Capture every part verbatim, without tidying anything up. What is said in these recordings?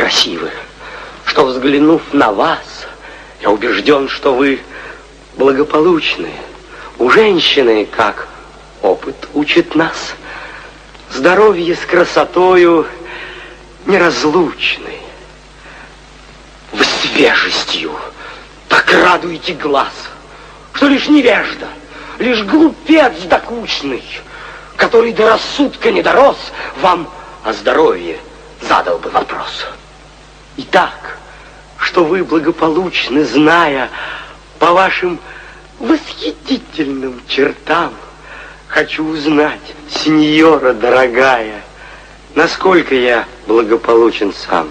красивы, что, взглянув на вас, я убежден, что вы благополучны. У женщины, как опыт учит нас, здоровье с красотою неразлучны. Вы свежестью так радуете глаз, что лишь невежда, лишь глупец докучный, который до рассудка не дорос, вам о здоровье задал бы вопрос. Итак, что вы благополучны, зная по вашим восхитительным чертам, хочу узнать, сеньора дорогая, насколько я благополучен сам.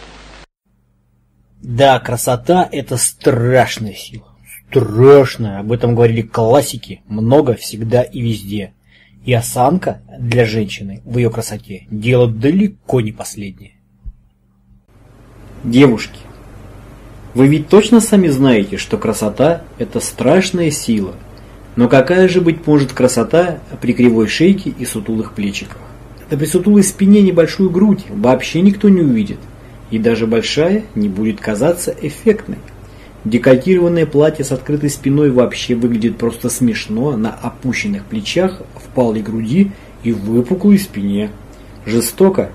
Да, красота – это страшная сила. Страшная. Об этом говорили классики много, всегда и везде. И осанка для женщины в ее красоте – дело далеко не последнее. Девушки, вы ведь точно сами знаете, что красота – это страшная сила. Но какая же быть может красота при кривой шейке и сутулых плечиках? Да при сутулой спине небольшую грудь вообще никто не увидит. И даже большая не будет казаться эффектной. Декольтированное платье с открытой спиной вообще выглядит просто смешно на опущенных плечах, впалой груди и выпуклой спине. Жестоко?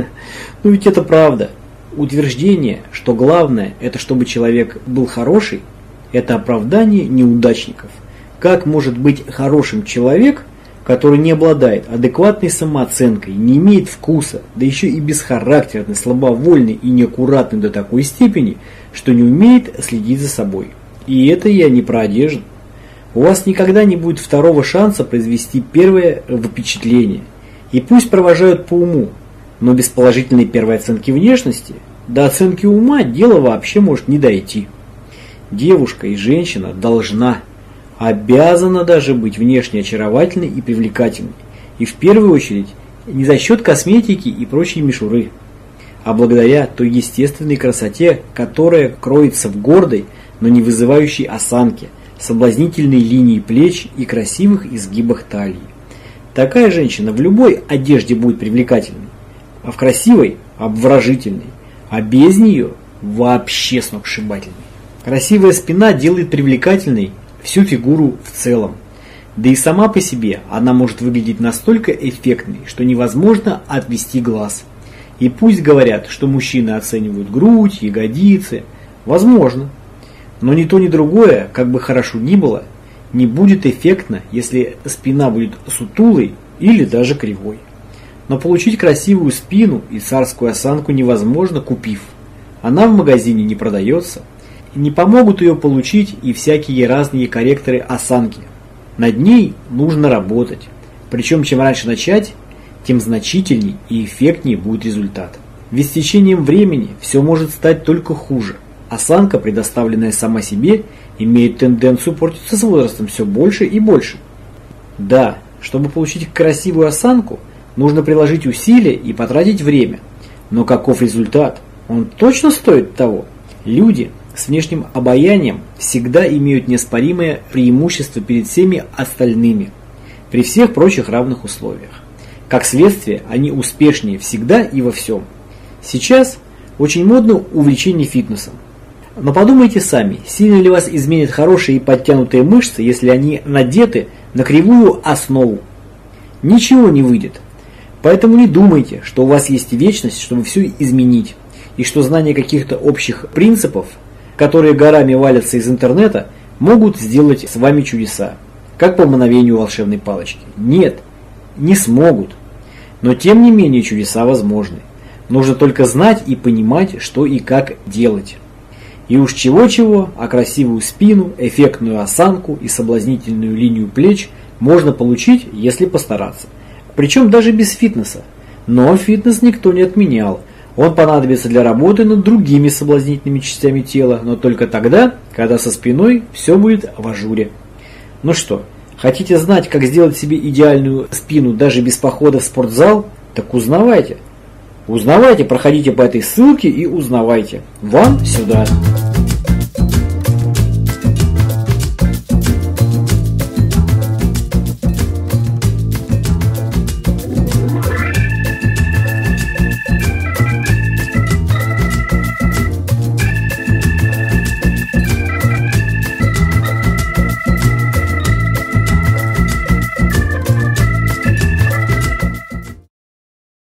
Ну ведь это правда. Утверждение, что главное это чтобы человек был хороший, это оправдание неудачников. Как может быть хорошим человек, который не обладает адекватной самооценкой, не имеет вкуса, да еще и бесхарактерный, слабовольный и неаккуратный до такой степени, что не умеет следить за собой. И это я не про одежду. У вас никогда не будет второго шанса произвести первое впечатление. И пусть провожают по уму, но без положительной первой оценки внешности до оценки ума дело вообще может не дойти. Девушка и женщина должна, обязана даже быть внешне очаровательной и привлекательной. И в первую очередь не за счет косметики и прочей мишуры, а благодаря той естественной красоте, которая кроется в гордой, но не вызывающей осанке, соблазнительной линии плеч и красивых изгибах талии. Такая женщина в любой одежде будет привлекательной, а в красивой – обворожительной, а без нее – вообще сногсшибательной. Красивая спина делает привлекательной всю фигуру в целом. Да и сама по себе она может выглядеть настолько эффектной, что невозможно отвести глаз. И пусть говорят, что мужчины оценивают грудь, ягодицы, возможно. Но ни то, ни другое, как бы хорошо ни было, не будет эффектно, если спина будет сутулой или даже кривой. Но получить красивую спину и царскую осанку невозможно, купив. Она в магазине не продается. Не помогут ее получить и всякие разные корректоры осанки. Над ней нужно работать. Причем чем раньше начать, тем значительней и эффектнее будет результат. Ведь с течением времени все может стать только хуже. Осанка, предоставленная сама себе, имеет тенденцию портиться с возрастом все больше и больше. Да, чтобы получить красивую осанку, нужно приложить усилия и потратить время. Но каков результат? Он точно стоит того? Люди с внешним обаянием всегда имеют неоспоримое преимущество перед всеми остальными, при всех прочих равных условиях. Как следствие, они успешнее всегда и во всем. Сейчас очень модно увлечение фитнесом. Но подумайте сами, сильно ли вас изменят хорошие и подтянутые мышцы, если они надеты на кривую основу? Ничего не выйдет. Поэтому не думайте, что у вас есть вечность, чтобы все изменить, и что знание каких-то общих принципов, которые горами валятся из интернета, могут сделать с вами чудеса, как по мановению волшебной палочки. Нет, не смогут. Но тем не менее чудеса возможны. Нужно только знать и понимать, что и как делать. И уж чего-чего, а красивую спину, эффектную осанку и соблазнительную линию плеч можно получить, если постараться. Причем даже без фитнеса. Но фитнес никто не отменял. Он понадобится для работы над другими соблазнительными частями тела, но только тогда, когда со спиной все будет в ажуре. Ну что, хотите знать, как сделать себе идеальную спину даже без похода в спортзал? Так узнавайте. Узнавайте, проходите по этой ссылке и узнавайте. Вам сюда.